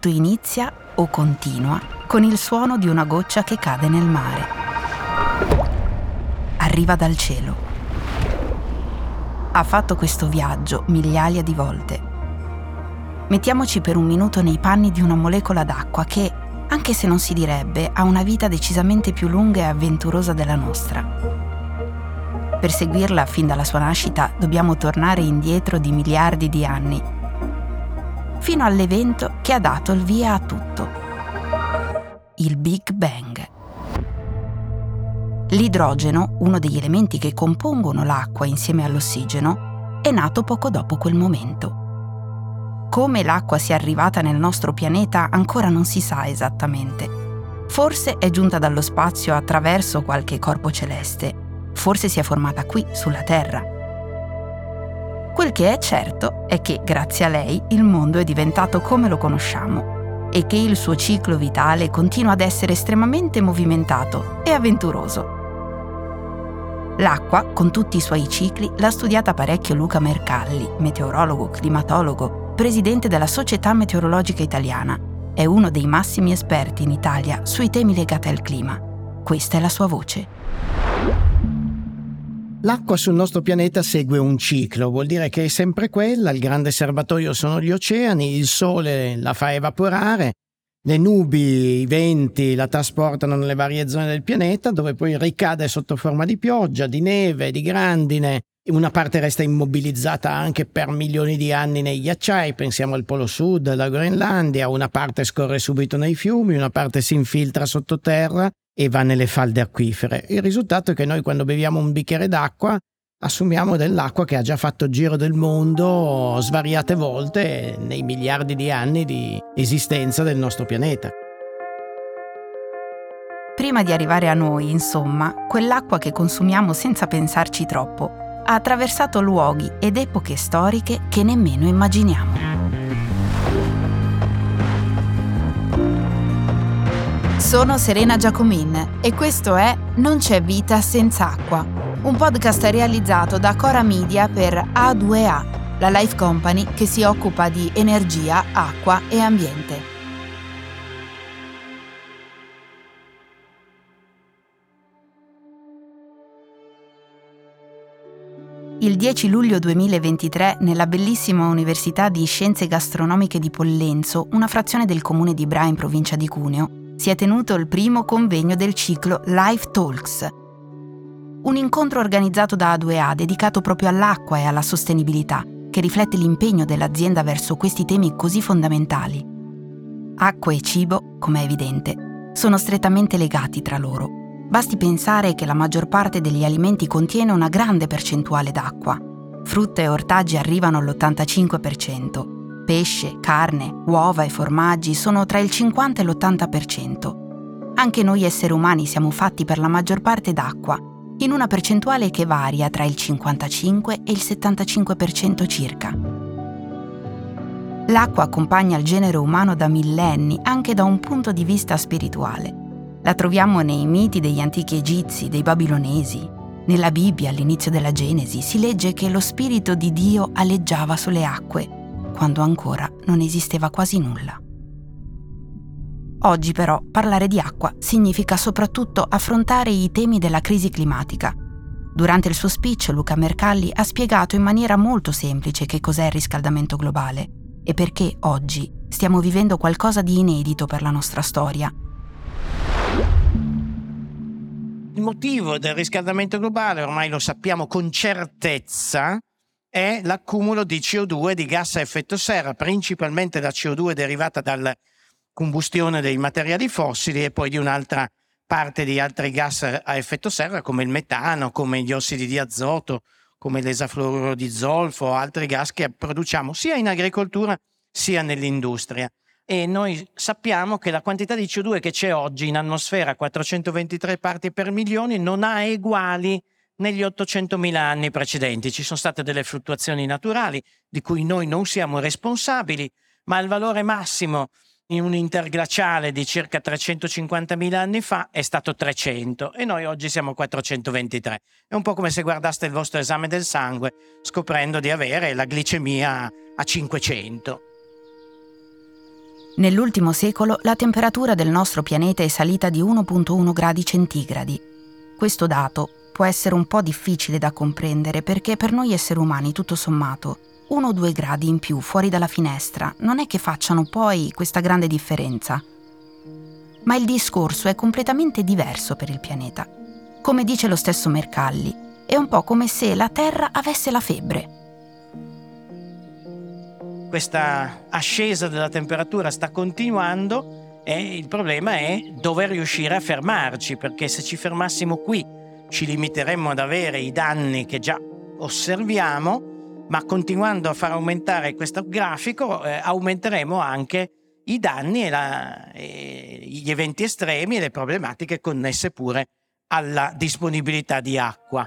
tutto inizia o continua con il suono di una goccia che cade nel mare. Arriva dal cielo. Ha fatto questo viaggio migliaia di volte. Mettiamoci per un minuto nei panni di una molecola d'acqua che, anche se non si direbbe, ha una vita decisamente più lunga e avventurosa della nostra. Per seguirla fin dalla sua nascita dobbiamo tornare indietro di miliardi di anni, fino all'evento che ha dato il via a tutto: il Big Bang. L'idrogeno, uno degli elementi che compongono l'acqua insieme all'ossigeno, è nato poco dopo quel momento. Come l'acqua sia arrivata nel nostro pianeta ancora non si sa esattamente. Forse è giunta dallo spazio attraverso qualche corpo celeste, forse si è formata qui, sulla Terra. Quel che è certo è che, grazie a lei, il mondo è diventato come lo conosciamo e che il suo ciclo vitale continua ad essere estremamente movimentato e avventuroso. L'acqua, con tutti i suoi cicli, l'ha studiata parecchio Luca Mercalli, meteorologo, climatologo, presidente della Società Meteorologica Italiana. È uno dei massimi esperti in Italia sui temi legati al clima. Questa è la sua voce. L'acqua sul nostro pianeta segue un ciclo, vuol dire che è sempre quella, il grande serbatoio sono gli oceani, il sole la fa evaporare, le nubi, i venti la trasportano nelle varie zone del pianeta, dove poi ricade sotto forma di pioggia, di neve, di grandine. Una parte resta immobilizzata anche per milioni di anni nei ghiacciai, pensiamo al Polo Sud, alla Groenlandia, una parte scorre subito nei fiumi, una parte si infiltra sottoterra e va nelle falde acquifere. Il risultato è che noi, quando beviamo un bicchiere d'acqua, assumiamo dell'acqua che ha già fatto il giro del mondo svariate volte nei miliardi di anni di esistenza del nostro pianeta. Prima di arrivare a noi, insomma, quell'acqua che consumiamo senza pensarci troppo ha attraversato luoghi ed epoche storiche che nemmeno immaginiamo. Sono Serena Giacomin e questo è Non c'è vita senza acqua, un podcast realizzato da Cora Media per A2A, la life company che si occupa di energia, acqua e ambiente. Il 10 luglio 2023, nella bellissima Università di Scienze Gastronomiche di Pollenzo, una frazione del comune di Bra in provincia di Cuneo, si è tenuto il primo convegno del ciclo Life Talks, un incontro organizzato da A2A dedicato proprio all'acqua e alla sostenibilità, che riflette l'impegno dell'azienda verso questi temi così fondamentali. Acqua e cibo, come è evidente, sono strettamente legati tra loro. Basti pensare che la maggior parte degli alimenti contiene una grande percentuale d'acqua. Frutta e ortaggi arrivano all'85%. Pesce, carne, uova e formaggi sono tra il 50 e l'80%. Anche noi esseri umani siamo fatti per la maggior parte d'acqua, in una percentuale che varia tra il 55 e il 75% circa. L'acqua accompagna il genere umano da millenni, anche da un punto di vista spirituale. La troviamo nei miti degli antichi egizi, dei babilonesi. Nella Bibbia, all'inizio della Genesi, si legge che lo spirito di Dio aleggiava sulle acque, quando ancora non esisteva quasi nulla. Oggi però parlare di acqua significa soprattutto affrontare i temi della crisi climatica. Durante il suo speech Luca Mercalli ha spiegato in maniera molto semplice che cos'è il riscaldamento globale e perché oggi stiamo vivendo qualcosa di inedito per la nostra storia. Il motivo del riscaldamento globale, ormai lo sappiamo con certezza, è l'accumulo di CO2, di gas a effetto serra, principalmente da CO2 derivata dalla combustione dei materiali fossili e poi di un'altra parte di altri gas a effetto serra come il metano, come gli ossidi di azoto, come l'esafluoro di zolfo, altri gas che produciamo sia in agricoltura sia nell'industria. E noi sappiamo che la quantità di CO2 che c'è oggi in atmosfera, 423 parti per milione, non ha eguali negli 800.000 anni precedenti. Ci sono state delle fluttuazioni naturali di cui noi non siamo responsabili, ma il valore massimo in un interglaciale di circa 350.000 anni fa è stato 300 e noi oggi siamo 423. È un po' come se guardaste il vostro esame del sangue scoprendo di avere la glicemia a 500. Nell'ultimo secolo la temperatura del nostro pianeta è salita di 1,1 gradi centigradi. Questo dato può essere un po' difficile da comprendere perché per noi esseri umani, tutto sommato, 1 o 2 gradi in più fuori dalla finestra non è che facciano poi questa grande differenza. Ma il discorso è completamente diverso per il pianeta. Come dice lo stesso Mercalli, è un po' come se la Terra avesse la febbre. Questa ascesa della temperatura sta continuando e il problema è dove riuscire a fermarci, perché se ci fermassimo qui ci limiteremmo ad avere i danni che già osserviamo, ma continuando a far aumentare questo grafico aumenteremo anche i danni e gli eventi estremi e le problematiche connesse pure alla disponibilità di acqua.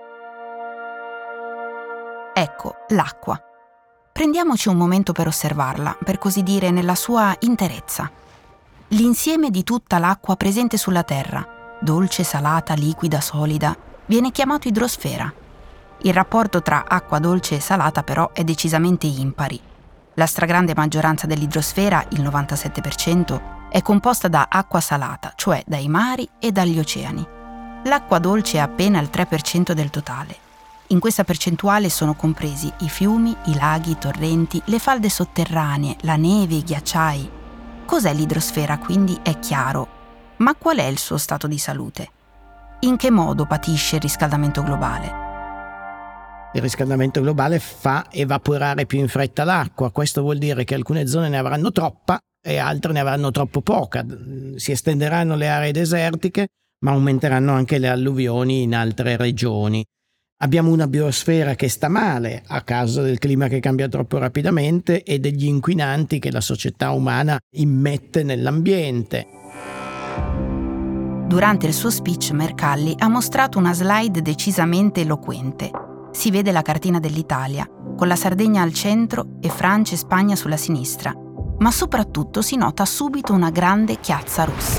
Ecco, l'acqua. Prendiamoci un momento per osservarla, per così dire, nella sua interezza. L'insieme di tutta l'acqua presente sulla Terra, dolce, salata, liquida, solida, viene chiamato idrosfera. Il rapporto tra acqua dolce e salata però è decisamente impari. La stragrande maggioranza dell'idrosfera, il 97%, è composta da acqua salata, cioè dai mari e dagli oceani. L'acqua dolce è appena il 3% del totale. In questa percentuale sono compresi i fiumi, i laghi, i torrenti, le falde sotterranee, la neve, i ghiacciai. Cos'è l'idrosfera, quindi, è chiaro. Ma qual è il suo stato di salute? In che modo patisce il riscaldamento globale? Il riscaldamento globale fa evaporare più in fretta l'acqua. Questo vuol dire che alcune zone ne avranno troppa e altre ne avranno troppo poca. Si estenderanno le aree desertiche, ma aumenteranno anche le alluvioni in altre regioni. Abbiamo una biosfera che sta male a causa del clima che cambia troppo rapidamente e degli inquinanti che la società umana immette nell'ambiente. Durante il suo speech Mercalli ha mostrato una slide decisamente eloquente. Si vede la cartina dell'Italia, con la Sardegna al centro e Francia e Spagna sulla sinistra, ma soprattutto si nota subito una grande chiazza rossa.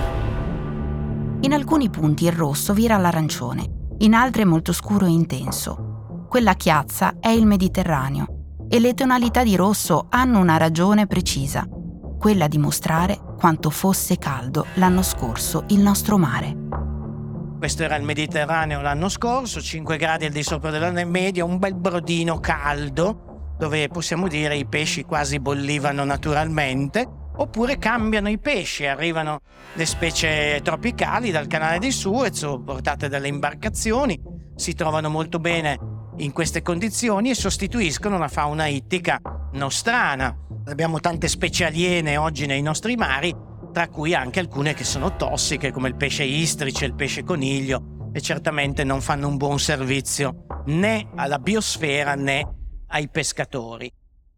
In alcuni punti il rosso vira all'arancione, in altri è molto scuro e intenso. Quella chiazza è il Mediterraneo e le tonalità di rosso hanno una ragione precisa, quella di mostrare quanto fosse caldo l'anno scorso il nostro mare. Questo era il Mediterraneo l'anno scorso, 5 gradi al di sopra della media, un bel brodino caldo, dove possiamo dire i pesci quasi bollivano naturalmente, oppure cambiano i pesci, arrivano le specie tropicali dal canale di Suez o portate dalle imbarcazioni, si trovano molto bene in queste condizioni e sostituiscono la fauna ittica nostrana. Abbiamo tante specie aliene oggi nei nostri mari, tra cui anche alcune che sono tossiche, come il pesce istrice, il pesce coniglio, e certamente non fanno un buon servizio né alla biosfera né ai pescatori.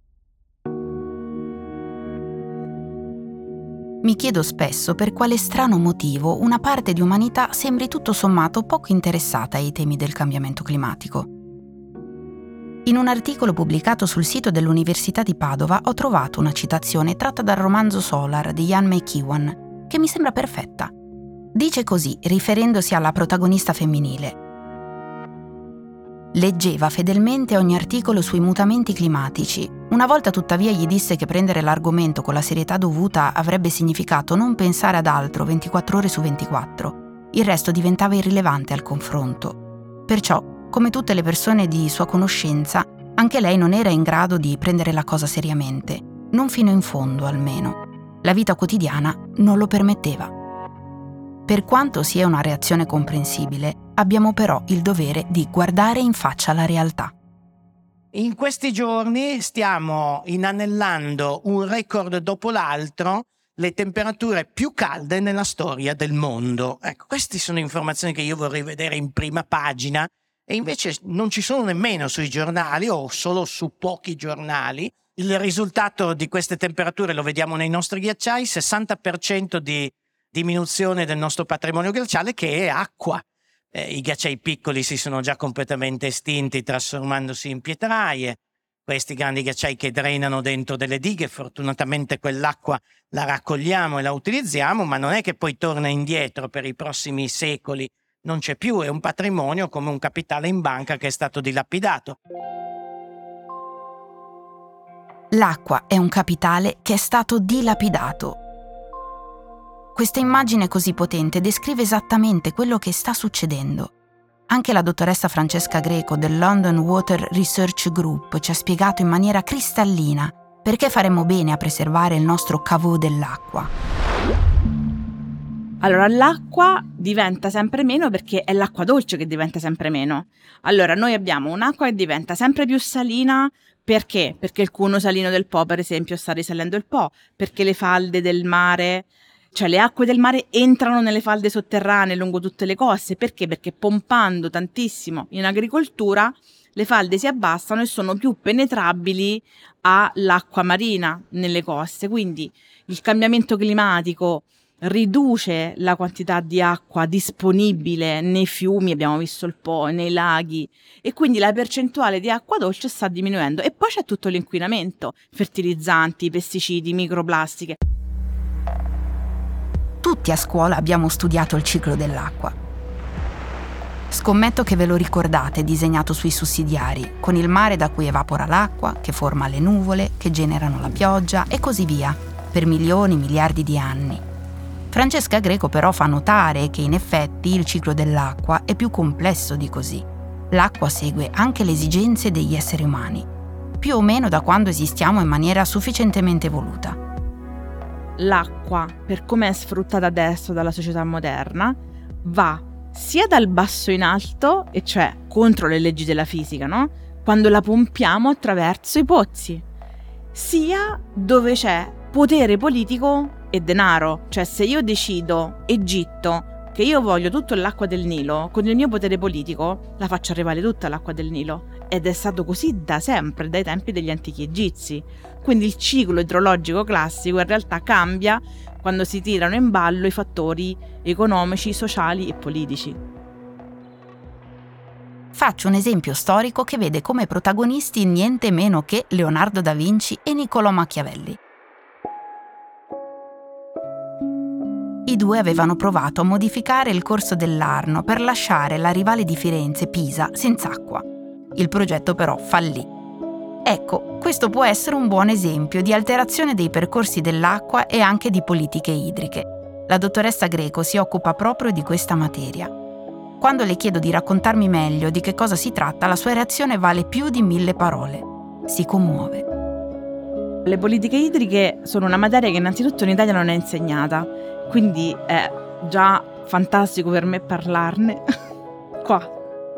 Mi chiedo spesso per quale strano motivo una parte di umanità sembri tutto sommato poco interessata ai temi del cambiamento climatico. In un articolo pubblicato sul sito dell'Università di Padova ho trovato una citazione tratta dal romanzo Solar di Ian McEwan, che mi sembra perfetta. Dice così, riferendosi alla protagonista femminile: leggeva fedelmente ogni articolo sui mutamenti climatici. Una volta tuttavia gli disse che prendere l'argomento con la serietà dovuta avrebbe significato non pensare ad altro 24 ore su 24. Il resto diventava irrilevante al confronto. Perciò, come tutte le persone di sua conoscenza, anche lei non era in grado di prendere la cosa seriamente, non fino in fondo almeno. La vita quotidiana non lo permetteva. Per quanto sia una reazione comprensibile, abbiamo però il dovere di guardare in faccia la realtà. In questi giorni stiamo inanellando un record dopo l'altro, le temperature più calde nella storia del mondo. Ecco, queste sono informazioni che io vorrei vedere in prima pagina e invece non ci sono nemmeno sui giornali o solo su pochi giornali. Il risultato di queste temperature lo vediamo nei nostri ghiacciai, 60% di diminuzione del nostro patrimonio glaciale che è acqua. I ghiacciai piccoli si sono già completamente estinti trasformandosi in pietraie. Questi grandi ghiacciai che drenano dentro delle dighe, fortunatamente quell'acqua la raccogliamo e la utilizziamo, ma non è che poi torna indietro per i prossimi secoli. Non c'è più, è un patrimonio come un capitale in banca che è stato dilapidato. L'acqua è un capitale che è stato dilapidato. Questa immagine così potente descrive esattamente quello che sta succedendo. Anche la dottoressa Francesca Greco del London Water Research Group ci ha spiegato in maniera cristallina perché faremmo bene a preservare il nostro cavò dell'acqua. Allora, l'acqua diventa sempre meno perché è l'acqua dolce che diventa sempre meno. Allora, noi abbiamo un'acqua che diventa sempre più salina. Perché? Perché il cuno salino del Po, per esempio, sta risalendo il Po, perché le falde del mare, cioè le acque del mare entrano nelle falde sotterranee lungo tutte le coste. Perché? Perché pompando tantissimo in agricoltura le falde si abbassano e sono più penetrabili all'acqua marina nelle coste. Quindi il cambiamento climatico riduce la quantità di acqua disponibile nei fiumi, abbiamo visto il Po, nei laghi, e quindi la percentuale di acqua dolce sta diminuendo. E poi c'è tutto l'inquinamento, fertilizzanti, pesticidi, microplastiche. Tutti a scuola abbiamo studiato il ciclo dell'acqua. Scommetto che ve lo ricordate disegnato sui sussidiari, con il mare da cui evapora l'acqua, che forma le nuvole, che generano la pioggia e così via, per milioni, miliardi di anni. Francesca Greco però fa notare che in effetti il ciclo dell'acqua è più complesso di così. L'acqua segue anche le esigenze degli esseri umani, più o meno da quando esistiamo in maniera sufficientemente evoluta. L'acqua, per come è sfruttata adesso dalla società moderna, va sia dal basso in alto, e cioè contro le leggi della fisica, no? Quando la pompiamo attraverso i pozzi, sia dove c'è potere politico e denaro. Cioè, se io decido, Egitto, che io voglio tutta l'acqua del Nilo, con il mio potere politico la faccio arrivare tutta l'acqua del Nilo. Ed è stato così da sempre, dai tempi degli antichi egizi. Quindi il ciclo idrologico classico in realtà cambia quando si tirano in ballo i fattori economici, sociali e politici. Faccio un esempio storico che vede come protagonisti niente meno che Leonardo da Vinci e Niccolò Machiavelli. I due avevano provato a modificare il corso dell'Arno per lasciare la rivale di Firenze, Pisa, senza acqua. Il progetto però fallì. Ecco, questo può essere un buon esempio di alterazione dei percorsi dell'acqua e anche di politiche idriche. La dottoressa Greco si occupa proprio di questa materia. Quando le chiedo di raccontarmi meglio di che cosa si tratta, la sua reazione vale più di 1000 parole. Si commuove. Le politiche idriche sono una materia che innanzitutto in Italia non è insegnata, quindi è già fantastico per me parlarne qua.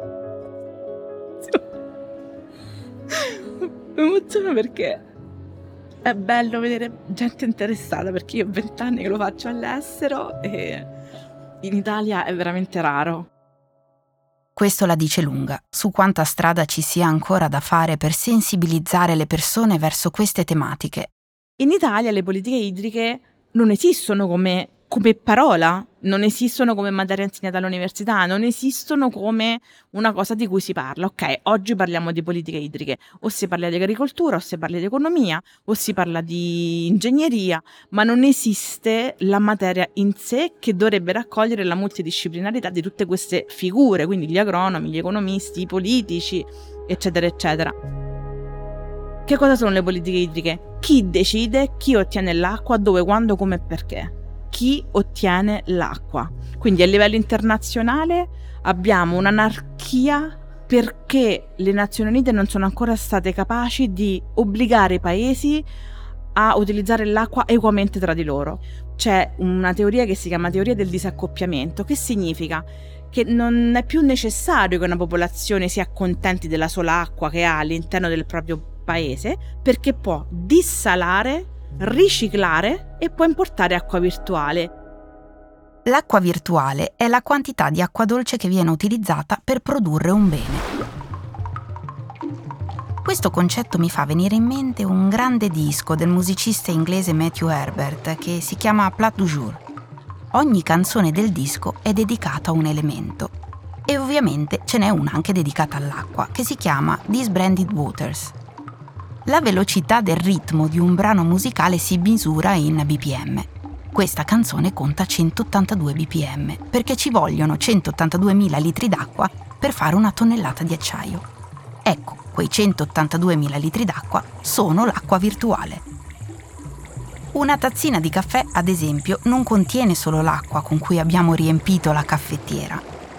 Mi emoziono perché è bello vedere gente interessata, perché io ho 20 anni che lo faccio all'estero e in Italia è veramente raro. Questo la dice lunga su quanta strada ci sia ancora da fare per sensibilizzare le persone verso queste tematiche. In Italia le politiche idriche non esistono come parola, non esistono come materia insegnata all'università, non esistono come una cosa di cui si parla. Ok, oggi parliamo di politiche idriche, o si parla di agricoltura, o si parla di economia, o si parla di ingegneria, ma non esiste la materia in sé che dovrebbe raccogliere la multidisciplinarità di tutte queste figure, quindi gli agronomi, gli economisti, i politici, eccetera, eccetera. Che cosa sono le politiche idriche? Chi decide, chi ottiene l'acqua, dove, quando, come e perché? Chi ottiene l'acqua. Quindi a livello internazionale abbiamo un'anarchia perché le Nazioni Unite non sono ancora state capaci di obbligare i paesi a utilizzare l'acqua equamente tra di loro. C'è una teoria che si chiama teoria del disaccoppiamento, che significa che non è più necessario che una popolazione si accontenti della sola acqua che ha all'interno del proprio paese, perché può dissalare, riciclare e può importare acqua virtuale. L'acqua virtuale è la quantità di acqua dolce che viene utilizzata per produrre un bene. Questo concetto mi fa venire in mente un grande disco del musicista inglese Matthew Herbert che si chiama Plat du Jour. Ogni canzone del disco è dedicata a un elemento e ovviamente ce n'è una anche dedicata all'acqua che si chiama These Branded Waters. La velocità del ritmo di un brano musicale si misura in BPM. Questa canzone conta 182 BPM perché ci vogliono 182.000 litri d'acqua per fare una tonnellata di acciaio. Ecco, quei 182.000 litri d'acqua sono l'acqua virtuale. Una tazzina di caffè, ad esempio, non contiene solo l'acqua con cui abbiamo riempito la caffettiera.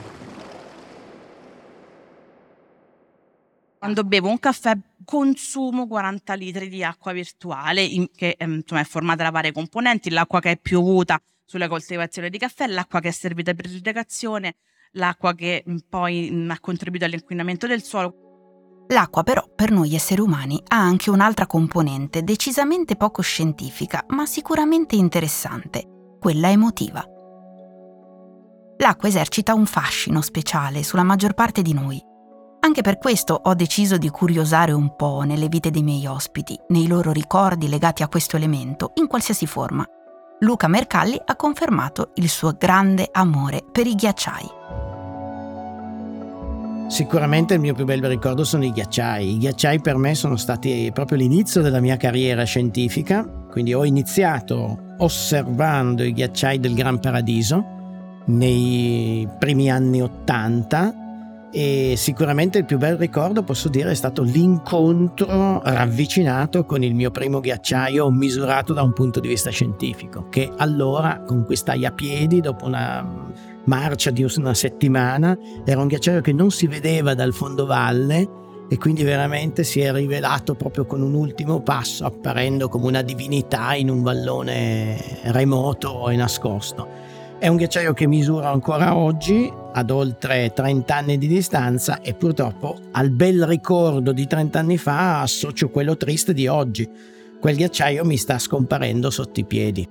Quando bevo un caffè consumo 40 litri di acqua virtuale che insomma, è formata da varie componenti: l'acqua che è piovuta sulla coltivazione di caffè, l'acqua che è servita per irrigazione, l'acqua che poi ha contribuito all'inquinamento del suolo. L'acqua però per noi esseri umani ha anche un'altra componente decisamente poco scientifica, ma sicuramente interessante, quella emotiva. L'acqua esercita un fascino speciale sulla maggior parte di noi. Anche per questo ho deciso di curiosare un po' nelle vite dei miei ospiti, nei loro ricordi legati a questo elemento, in qualsiasi forma. Luca Mercalli ha confermato il suo grande amore per i ghiacciai. Sicuramente il mio più bel ricordo sono i ghiacciai. I ghiacciai per me sono stati proprio l'inizio della mia carriera scientifica, quindi ho iniziato osservando i ghiacciai del Gran Paradiso nei primi anni '80 e sicuramente il più bel ricordo, posso dire, è stato l'incontro ravvicinato con il mio primo ghiacciaio misurato da un punto di vista scientifico, che allora conquistai a piedi dopo una marcia di una settimana. Era un ghiacciaio che non si vedeva dal fondovalle e quindi veramente si è rivelato proprio con un ultimo passo, apparendo come una divinità in un vallone remoto e nascosto. È un ghiacciaio che misura ancora oggi, ad oltre 30 anni di distanza, e purtroppo al bel ricordo di 30 anni fa associo quello triste di oggi. Quel ghiacciaio mi sta scomparendo sotto i piedi.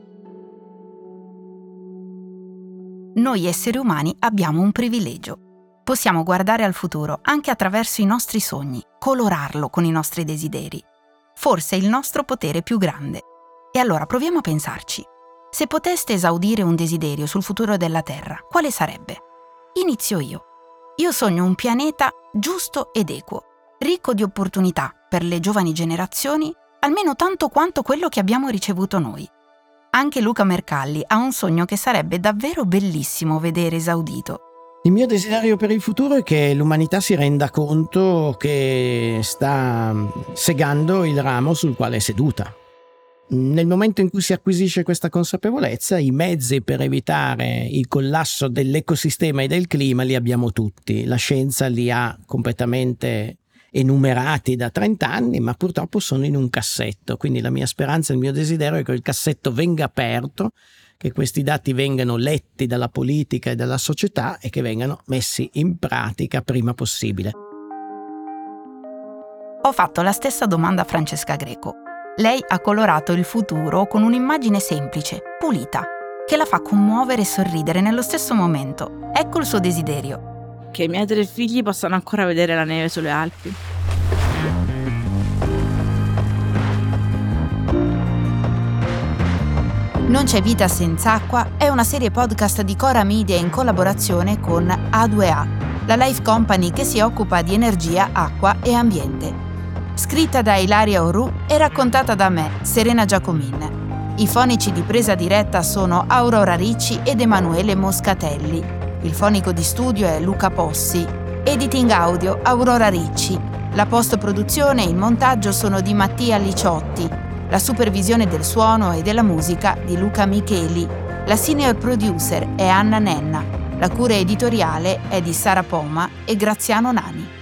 Noi esseri umani abbiamo un privilegio. Possiamo guardare al futuro anche attraverso i nostri sogni, colorarlo con i nostri desideri. Forse è il nostro potere più grande. E allora proviamo a pensarci. Se poteste esaudire un desiderio sul futuro della Terra, quale sarebbe? Inizio io. Io sogno un pianeta giusto ed equo, ricco di opportunità per le giovani generazioni, almeno tanto quanto quello che abbiamo ricevuto noi. Anche Luca Mercalli ha un sogno che sarebbe davvero bellissimo vedere esaudito. Il mio desiderio per il futuro è che l'umanità si renda conto che sta segando il ramo sul quale è seduta. Nel momento in cui si acquisisce questa consapevolezza, i mezzi per evitare il collasso dell'ecosistema e del clima li abbiamo tutti. La scienza li ha completamente enumerati da 30 anni, ma purtroppo sono in un cassetto. Quindi la mia speranza, il mio desiderio è che il cassetto venga aperto, che questi dati vengano letti dalla politica e dalla società e che vengano messi in pratica prima possibile. Ho fatto la stessa domanda a Francesca Greco. Lei ha colorato il futuro con un'immagine semplice, pulita, che la fa commuovere e sorridere nello stesso momento. Ecco il suo desiderio. Che i miei 3 figli possano ancora vedere la neve sulle Alpi. Non c'è vita senza acqua è una serie podcast di Cora Media in collaborazione con A2A, la life company che si occupa di energia, acqua e ambiente. Scritta da Ilaria Orù e raccontata da me, Serena Giacomin. I fonici di presa diretta sono Aurora Ricci ed Emanuele Moscatelli. Il fonico di studio è Luca Possi. Editing audio Aurora Ricci. La post-produzione e il montaggio sono di Mattia Liciotti. La supervisione del suono e della musica di Luca Micheli. La senior producer è Anna Nenna. La cura editoriale è di Sara Poma e Graziano Nani.